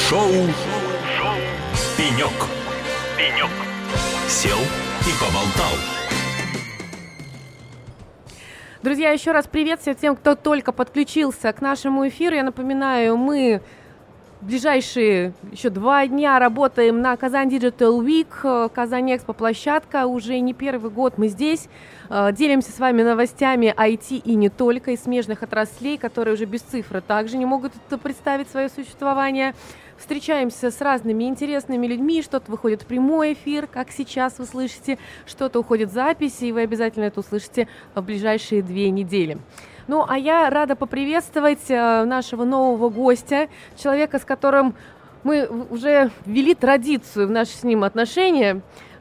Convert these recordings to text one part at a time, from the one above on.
Шоу «Пенек». «Пенек». Сел и поболтал. Друзья, еще раз привет всем, кто только подключился к нашему эфиру. Я напоминаю, мы в ближайшие еще 2 дня работаем на Казань Digital Week, Казань Экспо площадка. Уже не первый год мы здесь. Делимся с вами новостями IT и не только, из смежных отраслей, которые уже без цифры также не могут представить свое существование. Встречаемся с разными интересными людьми, что-то выходит в прямой эфир, как сейчас вы слышите, что-то уходит в записи, и вы обязательно это услышите в ближайшие 2 недели. Ну, а я рада поприветствовать нашего нового гостя, человека, с которым мы уже ввели традицию в наши с ним отношения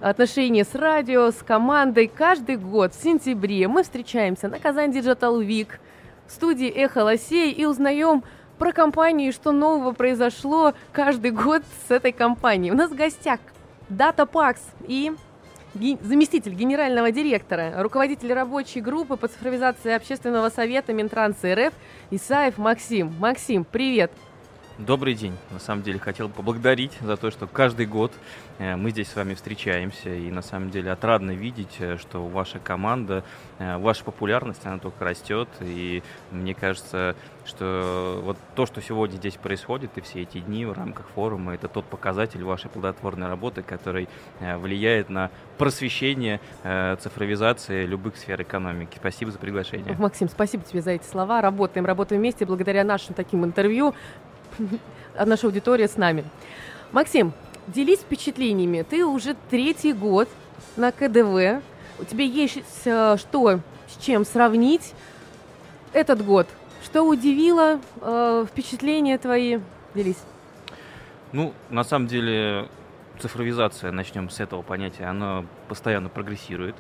с радио, с командой. Каждый год в сентябре мы встречаемся на Казань Digital Week в студии «Эхо Лосей» и узнаем про компанию, что нового произошло каждый год с этой компанией. У нас в гостях DataPax и заместитель генерального директора, руководитель рабочей группы по цифровизации Общественного совета Минтранса РФ Исаев Максим. Максим, привет! Добрый день. На самом деле хотел поблагодарить за то, что каждый год мы здесь с вами встречаемся. И на самом деле отрадно видеть, что ваша команда, ваша популярность, она только растет. И мне кажется, что вот то, что сегодня здесь происходит, и все эти дни в рамках форума, это тот показатель вашей плодотворной работы, который влияет на просвещение, цифровизации любых сфер экономики. Спасибо за приглашение. Максим, спасибо тебе за эти слова. Работаем вместе благодаря нашим таким интервью. Наша аудитория с нами. Максим, делись впечатлениями. Ты уже 3-й год на КДВ. У тебя есть что с чем сравнить этот год? Что удивило? Впечатления твои? Делись. Ну, на самом деле, цифровизация, начнем с этого понятия, она постоянно прогрессирует.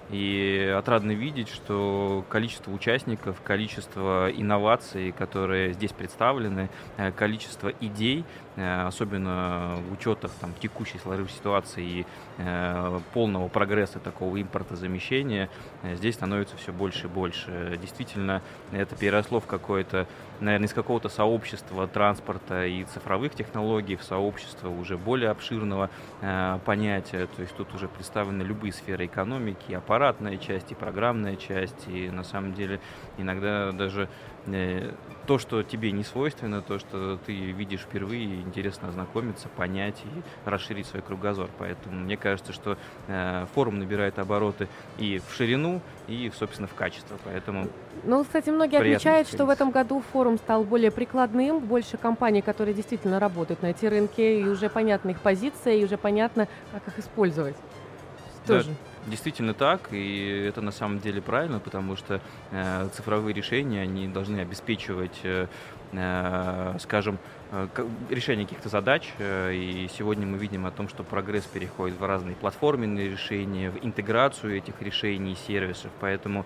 И отрадно видеть, что количество участников, количество инноваций, которые здесь представлены, количество идей, особенно в учетах текущей сложившейся ситуации и полного прогресса такого импортозамещения, здесь становится все больше и больше. Действительно, это переросло в какое-то, наверное, из какого-то сообщества транспорта и цифровых технологий в сообщество уже более обширного понятия. То есть тут уже представлены любые сферы экономики, аппаратная часть, и программная часть, и на самом деле иногда даже то, что тебе не свойственно, то, что ты видишь впервые, интересно ознакомиться, понять и расширить свой кругозор. Поэтому мне кажется, что форум набирает обороты и в ширину, и, собственно, в качество. Поэтому кстати, многие отмечают, что в этом году форум стал более прикладным, больше компаний, которые действительно работают на эти рынки, и уже понятна их позиция, и уже понятно, как их использовать. Тоже. Да. Действительно так, и это на самом деле правильно, потому что цифровые решения, они должны обеспечивать, скажем, решение каких-то задач, и сегодня мы видим о том, что прогресс переходит в разные платформенные решения, в интеграцию этих решений и сервисов, поэтому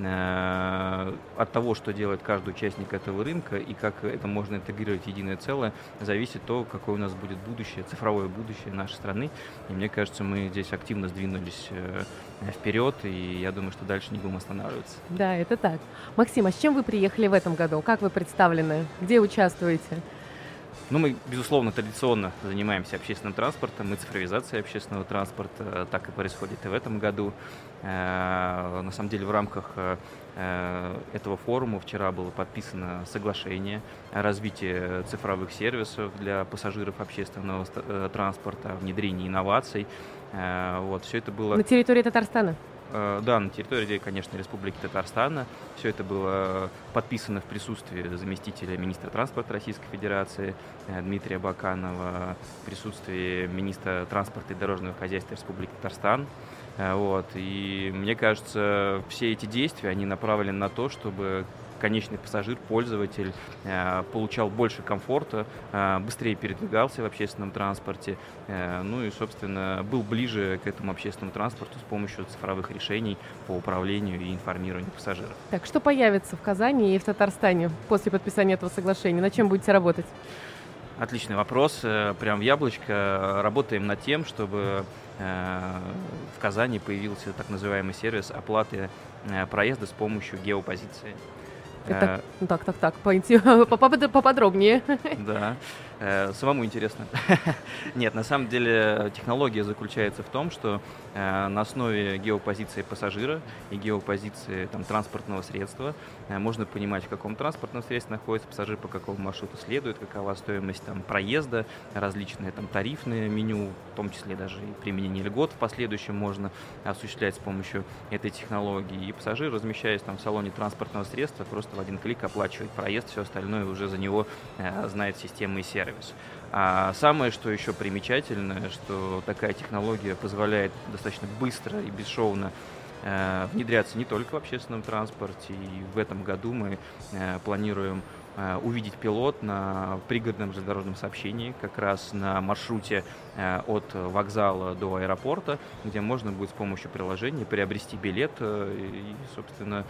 от того, что делает каждый участник этого рынка и как это можно интегрировать в единое целое, зависит то, какое у нас будет будущее, цифровое будущее нашей страны, и мне кажется, мы здесь активно сдвинулись вперед, и я думаю, что дальше не будем останавливаться. Да, это так. Максим, а с чем вы приехали в этом году? Как вы представлены? Где участвуете? Мы, безусловно, традиционно занимаемся общественным транспортом и цифровизацией общественного транспорта. Так и происходит и в этом году. На самом деле, в рамках этого форума вчера было подписано соглашение о развитии цифровых сервисов для пассажиров общественного транспорта, о внедрении инноваций. Все это было... На территории Татарстана? Да, на территории, конечно, Республики Татарстана. Все это было подписано в присутствии заместителя министра транспорта Российской Федерации Дмитрия Баканова, в присутствии министра транспорта и дорожного хозяйства Республики Татарстан. И мне кажется, все эти действия, они направлены на то, чтобы конечный пассажир, пользователь получал больше комфорта, быстрее передвигался в общественном транспорте, и, собственно, был ближе к этому общественному транспорту с помощью цифровых решений по управлению и информированию пассажиров. Так, что появится в Казани и в Татарстане после подписания этого соглашения? Над чем будете работать? Отличный вопрос. Прям в яблочко. Работаем над тем, чтобы в Казани появился так называемый сервис оплаты проезда с помощью геопозиции. Так, поподробнее. Да. Самому интересно. Нет, на самом деле технология заключается в том, что на основе геопозиции пассажира и геопозиции там, транспортного средства можно понимать, в каком транспортном средстве находится пассажир, по какому маршруту следует, какова стоимость там, проезда, различные там, тарифные меню, в том числе даже и применение льгот в последующем можно осуществлять с помощью этой технологии. И пассажир, размещаясь там, в салоне транспортного средства, просто в один клик оплачивает проезд, все остальное уже за него знает система и сервис. А самое, что еще примечательное, что такая технология позволяет достаточно быстро и бесшовно внедряться не только в общественном транспорте. И в этом году мы планируем увидеть пилот на пригородном железнодорожном сообщении, как раз на маршруте от вокзала до аэропорта, где можно будет с помощью приложения приобрести билет и, собственно,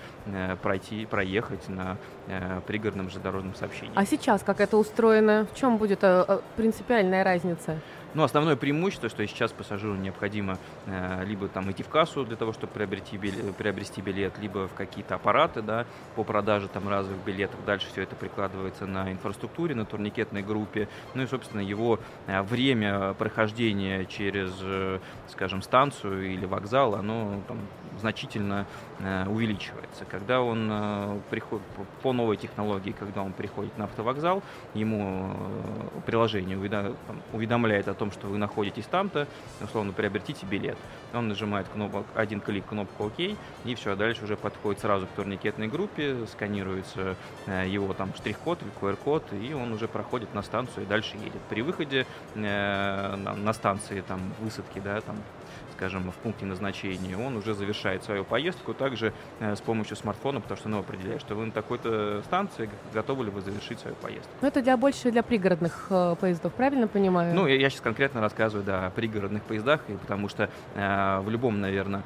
проехать на пригородном железнодорожном сообщении. А сейчас как это устроено? В чем будет принципиальная разница? Ну, основное преимущество, что сейчас пассажиру необходимо либо там идти в кассу для того, чтобы приобрести билет, либо в какие-то аппараты, да, по продаже там разовых билетов. Дальше все это прикладывается на инфраструктуре, на турникетной группе. Ну и, собственно, его время прохождения через, скажем, станцию или вокзал, оно там значительно увеличивается. Когда он приходит по новой технологии, когда он приходит на автовокзал, ему приложение уведомляет о том, что вы находитесь там-то, условно, приобретите билет. Он нажимает один клик, кнопку ОК, и все, дальше уже подходит сразу к турникетной группе, сканируется его там штрих-код или QR-код, и он уже проходит на станцию и дальше едет. При выходе на станции там, высадки, да, там, скажем, в пункте назначения, он уже завершает свою поездку также с помощью смартфона, потому что он определяет, что вы на такой-то станции, готовы ли вы завершить свою поездку. Ну, это больше для пригородных поездов, правильно понимаю? Ну, я сейчас конкретно рассказываю, да, о пригородных поездах, потому что в любом, наверное,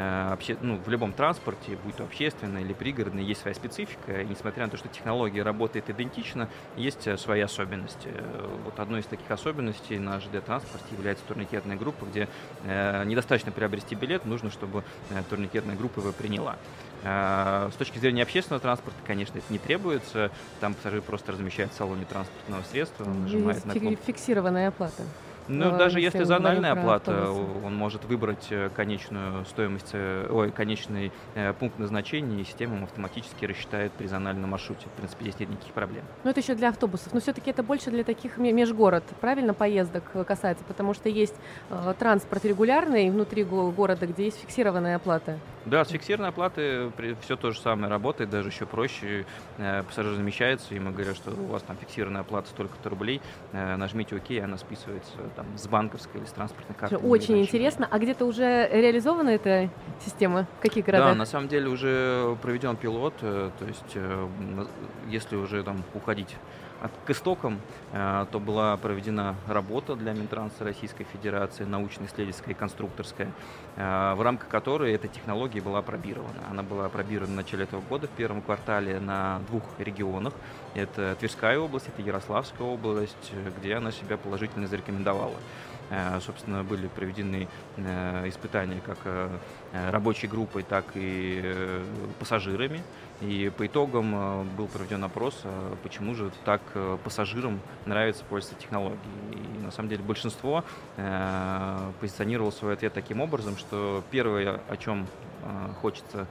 в любом транспорте, будь то общественный или пригородный, есть своя специфика, и несмотря на то, что технология работает идентично, есть свои особенности. Вот одной из таких особенностей на ЖД-транспорте является турникетная группа, где недостаточно приобрести билет, нужно, чтобы турникетная группа его приняла. С точки зрения общественного транспорта, конечно, это не требуется, там пассажир просто размещает в салоне транспортного средства, он нажимает на кнопку. Фиксированная оплата. Ну, даже если зональная оплата, он может выбрать конечную стоимость, конечный пункт назначения, и система ему автоматически рассчитает при зональном маршруте. В принципе, здесь нет никаких проблем. Ну, это еще для автобусов. Но все-таки это больше для таких межгород, правильно, поездок касается? Потому что есть транспорт регулярный внутри города, где есть фиксированная оплата. Да, с фиксированной оплатой все то же самое работает, даже еще проще. Пассажир замещается, ему говорят, что у вас там фиксированная оплата столько-то рублей, нажмите ОК, и она списывается там, с банковской или с транспортной карты. Очень интересно. А где-то уже реализована эта система? В каких городах? Да, на самом деле уже проведен пилот, то есть если уже там уходить к истокам, то была проведена работа для Минтранса Российской Федерации, научно-исследовательская и конструкторская, в рамках которой эта технология была опробирована. Она была опробирована в начале этого года, в первом квартале, на 2 регионах. Это Тверская область, это Ярославская область, где она себя положительно зарекомендовала. Собственно, были проведены испытания как рабочей группой, так и пассажирами. И по итогам был проведен опрос, почему же так пассажирам нравится пользоваться технологией. И на самом деле большинство позиционировало свой ответ таким образом, что первое, о чем хочется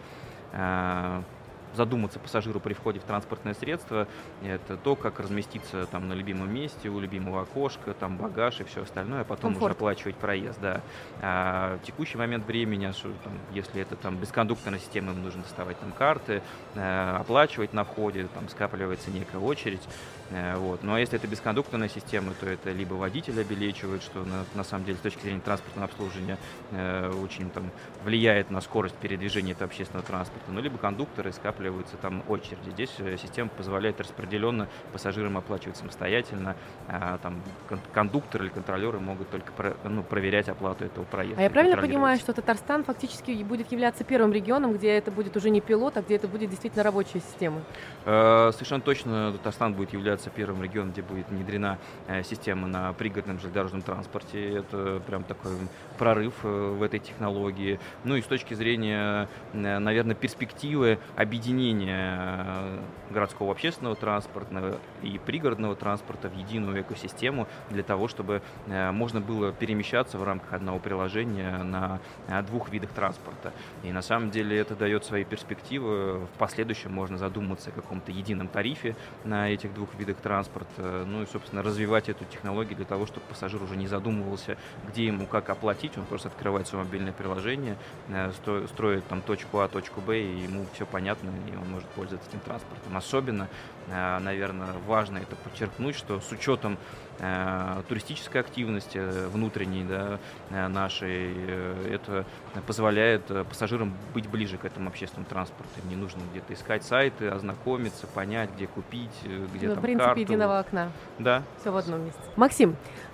задуматься пассажиру при входе в транспортное средство, это то, как разместиться там на любимом месте, у любимого окошка, там багаж и все остальное, а потом уже оплачивать проезд. Да. А в текущий момент времени, если это там бескондукторная система, им нужно доставать там карты, оплачивать на входе, там скапливается некая очередь. Вот. Ну а если это бескондукторная система, то это либо водитель обелечивает, что на самом деле с точки зрения транспортного обслуживания очень там влияет на скорость передвижения этого общественного транспорта, ну либо кондукторы скапливаются там очереди. Здесь система позволяет распределенно пассажирам оплачивать самостоятельно, там кондукторы или контролеры могут только проверять оплату этого проезда. А я правильно понимаю, что Татарстан фактически будет являться первым регионом, где это будет уже не пилот, а где это будет действительно рабочая система? Совершенно точно Татарстан будет являться являться первым регионом, где будет внедрена система на пригородном железнодорожном транспорте. Это прям такой прорыв в этой технологии. Ну и с точки зрения, наверное, перспективы объединения городского общественного транспорта и пригородного транспорта в единую экосистему для того, чтобы можно было перемещаться в рамках одного приложения на двух видах транспорта. И на самом деле это дает свои перспективы. В последующем можно задуматься о каком-то едином тарифе на этих двух видах транспорта. Ну и, собственно, развивать эту технологию для того, чтобы пассажир уже не задумывался, где ему как оплатить. Он просто открывает свое мобильное приложение, строит там точку А, точку Б, и ему все понятно, и он может пользоваться этим транспортом. Особенно, наверное, важно это подчеркнуть, что с учетом туристической активности внутренней, да, нашей, это позволяет пассажирам быть ближе к этому общественному транспорту. Им не нужно где-то искать сайты, ознакомиться, понять, где купить, где там в принципе, карту. единого окна. Да. Все в одном месте. Максим,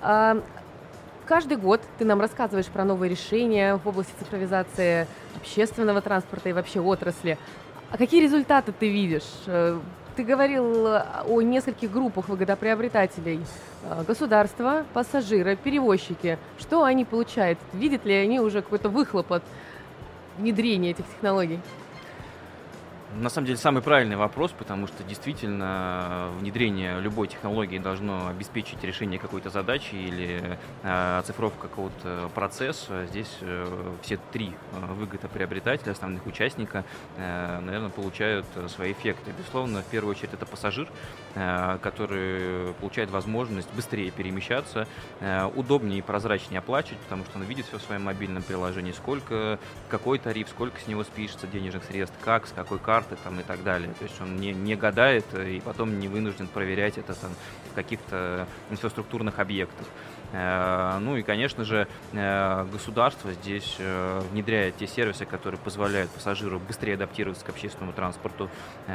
каждый год ты нам рассказываешь про новые решения в области цифровизации общественного транспорта и вообще отрасли. А какие результаты ты видишь? Ты говорил о нескольких группах выгодоприобретателей. Государство, пассажиры, перевозчики. Что они получают? Видят ли они уже какой-то выхлоп от внедрения этих технологий? На самом деле самый правильный вопрос, потому что действительно внедрение любой технологии должно обеспечить решение какой-то задачи или оцифровку какого-то процесса. Здесь все три выгодоприобретателя, основных участника, наверное, получают свои эффекты. Безусловно, в первую очередь это пассажир, который получает возможность быстрее перемещаться, удобнее и прозрачнее оплачивать, потому что он видит все в своем мобильном приложении, какой тариф, сколько с него спишется денежных средств, как, с какой карты там, и так далее. То есть он не гадает и потом не вынужден проверять это там, в каких-то инфраструктурных объектах. Ну и, конечно же, государство здесь внедряет те сервисы, которые позволяют пассажиру быстрее адаптироваться к общественному транспорту,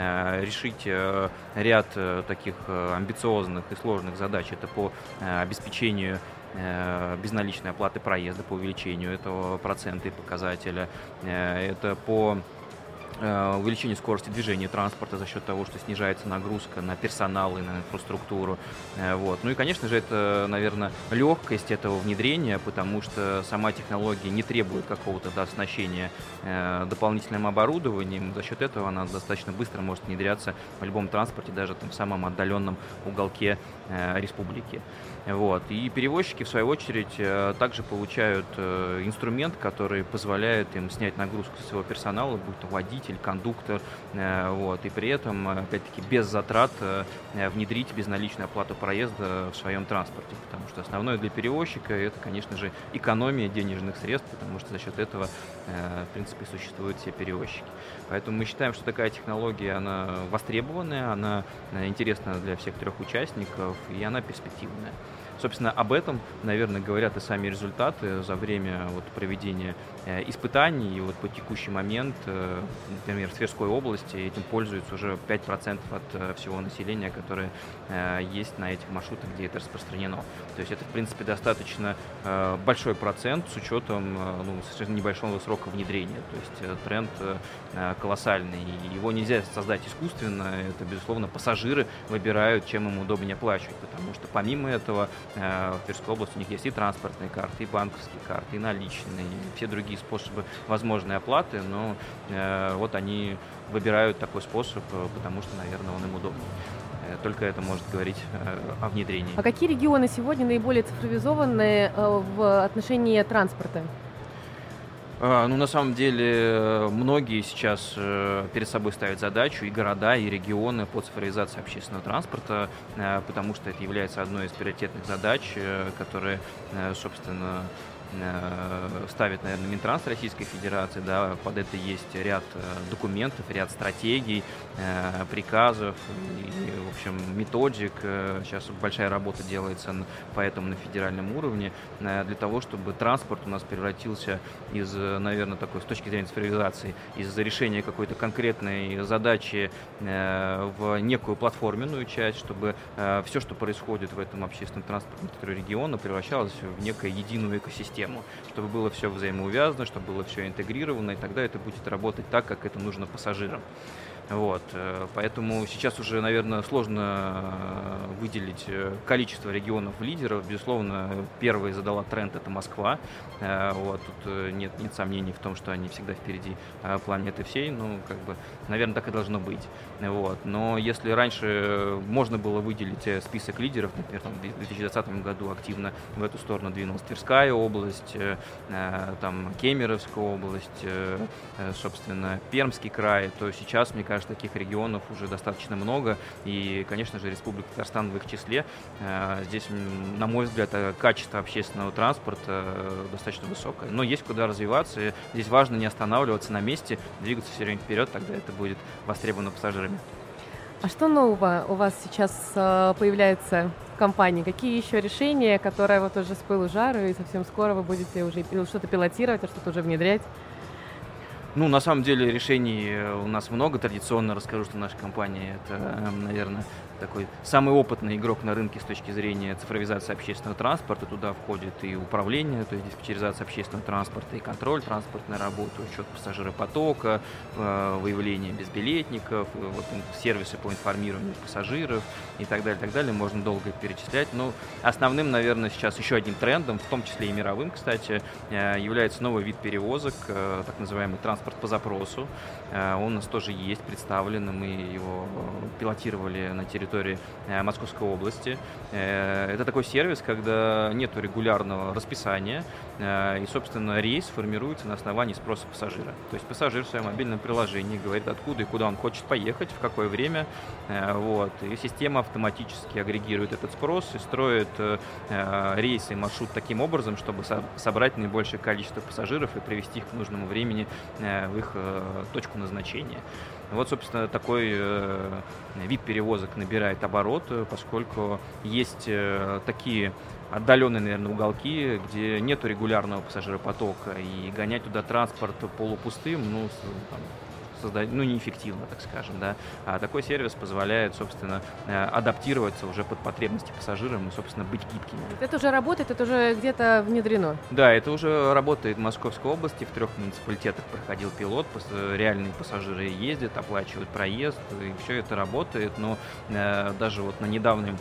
решить ряд таких амбициозных и сложных задач. Это по обеспечению безналичной оплаты проезда, по увеличению этого процента и показателя. Это по увеличение скорости движения транспорта за счет того, что снижается нагрузка на персонал и на инфраструктуру. Вот. Ну и, конечно же, это, наверное, легкость этого внедрения, потому что сама технология не требует какого-то оснащения дополнительным оборудованием. За счет этого она достаточно быстро может внедряться в любом транспорте, даже там, в самом отдаленном уголке республики. Вот. И перевозчики, в свою очередь, также получают инструмент, который позволяет им снять нагрузку со своего персонала, будь то водитель, кондуктор, вот, и при этом, опять-таки, без затрат внедрить безналичную оплату проезда в своем транспорте, потому что основное для перевозчика это, конечно же, экономия денежных средств, потому что за счет этого, в принципе, существуют все перевозчики. Поэтому мы считаем, что такая технология, она востребованная, она интересна для всех трех участников, и она перспективная. Собственно, об этом, наверное, говорят и сами результаты за время проведения испытаний. И по текущий момент, например, в Тверской области этим пользуются уже 5% от всего населения, которое есть на этих маршрутах, где это распространено. То есть это, в принципе, достаточно большой процент с учетом совершенно небольшого срока внедрения. То есть тренд колоссальный. Его нельзя создать искусственно. Это, безусловно, пассажиры выбирают, чем им удобнее оплачивать. Потому что помимо этого в Тверской области у них есть и транспортные карты, и банковские карты, и наличные, и все другие способы возможной оплаты, но они выбирают такой способ, потому что, наверное, он им удобнее. Только это может говорить о внедрении. А какие регионы сегодня наиболее цифровизованы в отношении транспорта? На самом деле, многие сейчас перед собой ставят задачу, и города, и регионы, по цифровизации общественного транспорта, потому что это является одной из приоритетных задач, которые, собственно, ставит, наверное, Минтранс Российской Федерации, да, под это есть ряд документов, ряд стратегий, приказов и, в общем, методик. Сейчас большая работа делается по этому на федеральном уровне для того, чтобы транспорт у нас превратился из, наверное, такой, с точки зрения цифровизации, из решения какой-то конкретной задачи в некую платформенную часть, чтобы все, что происходит в этом общественном транспортном региона, превращалось в некую единую экосистему, чтобы было все взаимоувязано, чтобы было все интегрировано, и тогда это будет работать так, как это нужно пассажирам. Вот, поэтому сейчас уже, наверное, сложно выделить количество регионов-лидеров. Безусловно, первой задала тренд — это Москва. Вот, тут нет сомнений в том, что они всегда впереди планеты всей. Ну, как бы, наверное, так и должно быть. Вот. Но если раньше можно было выделить список лидеров, например, там, в 2020 году активно в эту сторону двинулась Тверская область, там, Кемеровская область, собственно, Пермский край, то сейчас, мне кажется, таких регионов уже достаточно много, и, конечно же, Республика Татарстан в их числе. Здесь, на мой взгляд, качество общественного транспорта достаточно высокое, но есть куда развиваться, и здесь важно не останавливаться на месте, двигаться все время вперед, тогда это будет востребовано пассажирами. А что нового у вас сейчас появляется в компании? Какие еще решения, которые вот уже с пылу жару, и совсем скоро вы будете уже что-то пилотировать, а что-то уже внедрять? Ну, на самом деле решений у нас много. Традиционно расскажу, что наша компания — это, наверное, такой самый опытный игрок на рынке с точки зрения цифровизации общественного транспорта. Туда входит и управление, то есть диспетчеризация общественного транспорта, и контроль транспортной работы, учет пассажиропотока, выявление безбилетников, вот, сервисы по информированию пассажиров и так далее, так далее. Можно долго перечислять. Но основным, наверное, сейчас еще одним трендом, в том числе и мировым, кстати, является новый вид перевозок, так называемый транспорт по запросу. Он у нас тоже есть, представлен, мы его пилотировали на территории Московской области. Это такой сервис, когда нет регулярного расписания, и, собственно, рейс формируется на основании спроса пассажира. То есть пассажир в своем мобильном приложении говорит, откуда и куда он хочет поехать, в какое время, вот, и система автоматически агрегирует этот спрос и строит рейсы и маршрут таким образом, чтобы собрать наибольшее количество пассажиров и привести их к нужному времени в их точку назначения. Вот, собственно, такой вид перевозок набирает оборот, поскольку есть такие отдаленные, наверное, уголки, где нету регулярного пассажиропотока, и гонять туда транспорт полупустым, неэффективно, так скажем, да. А такой сервис позволяет, собственно, адаптироваться уже под потребности пассажирам и, собственно, быть гибкими. Это уже работает, это уже где-то внедрено? Да, это уже работает в Московской области, в 3 муниципалитетах проходил пилот, реальные пассажиры ездят, оплачивают проезд, и все это работает, но даже вот на недавнем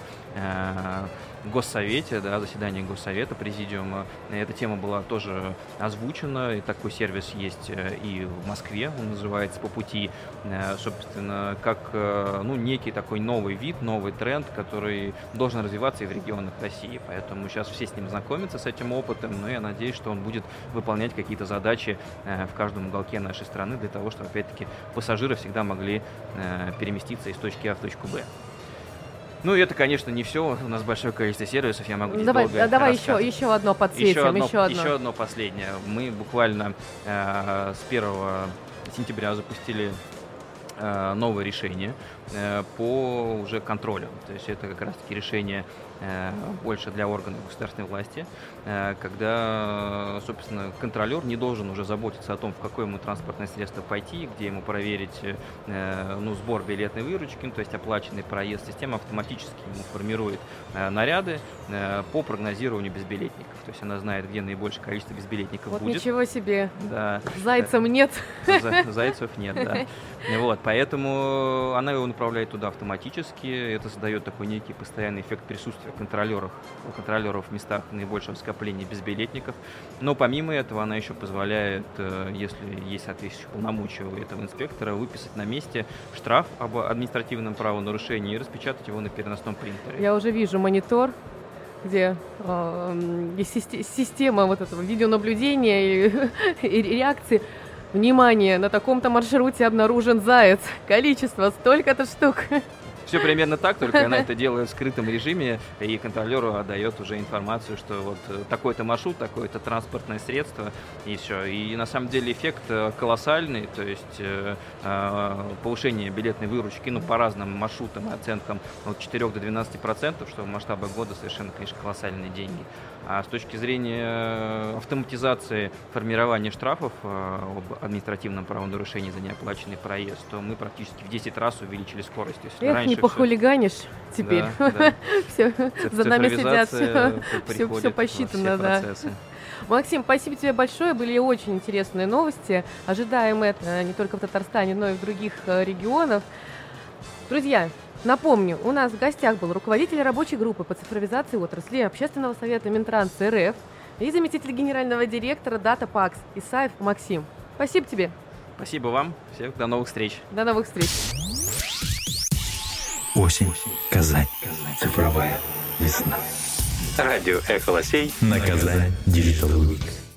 Госсовете, да, заседании Госсовета, президиума, эта тема была тоже озвучена, и такой сервис есть и в Москве, он называется «По пути», собственно, как некий такой новый вид, новый тренд, который должен развиваться и в регионах России, поэтому сейчас все с ним знакомятся, с этим опытом, но я надеюсь, что он будет выполнять какие-то задачи в каждом уголке нашей страны для того, чтобы, опять-таки, пассажиры всегда могли переместиться из точки А в точку Б. Ну, и это, конечно, не все. У нас большое количество сервисов, я могу здесь долго Давай еще одно подсветим. Еще одно последнее. Мы буквально с 1 сентября запустили новое решение по уже контролю. То есть это как раз-таки решение больше для органов государственной власти, когда, собственно, контролер не должен уже заботиться о том, в какое ему транспортное средство пойти, где ему проверить сбор билетной выручки, то есть оплаченный проезд. Система автоматически ему формирует наряды по прогнозированию безбилетников. То есть она знает, где наибольшее количество безбилетников вот будет. Ничего себе! Да. Зайцам нет. Зайцев нет, да. Вот, поэтому она его направляет туда автоматически. Это создает такой некий постоянный эффект присутствия контролеров в местах наибольшего скопления безбилетников. Но помимо этого она еще позволяет, если есть соответствующие полномочия у этого инспектора, выписать на месте штраф об административном правонарушении и распечатать его на переносном принтере. Я уже вижу монитор, где есть система вот этого видеонаблюдения и реакции. Внимание, на таком-то маршруте обнаружен заяц. Количество столько-то штук. Все примерно так, только она это делает в скрытом режиме, и контролеру отдает уже информацию, что вот такой-то маршрут, такое-то транспортное средство, и все. И на самом деле эффект колоссальный, то есть повышение билетной выручки, по разным маршрутам и оценкам от 4 до 12%, что в масштабах года совершенно, конечно, колоссальные деньги. А с точки зрения автоматизации формирования штрафов об административном правонарушении за неоплаченный проезд, то мы практически в 10 раз увеличили скорость. То есть раньше похулиганишь теперь. Да. Все, за нами сидят, Цифровизация все приходит во посчитано, все да. процессы. Максим, спасибо тебе большое, были очень интересные новости. Ожидаем это не только в Татарстане, но и в других регионах. Друзья, напомню, у нас в гостях был руководитель рабочей группы по цифровизации отрасли Общественного совета Минтранс РФ и заместитель генерального директора DataPax Исаев Максим. Спасибо тебе. Спасибо вам. Всех до новых встреч. До новых встреч. Осень. Казань. Цифровая весна. Радио Эхо Лосей на Казань Digital Week.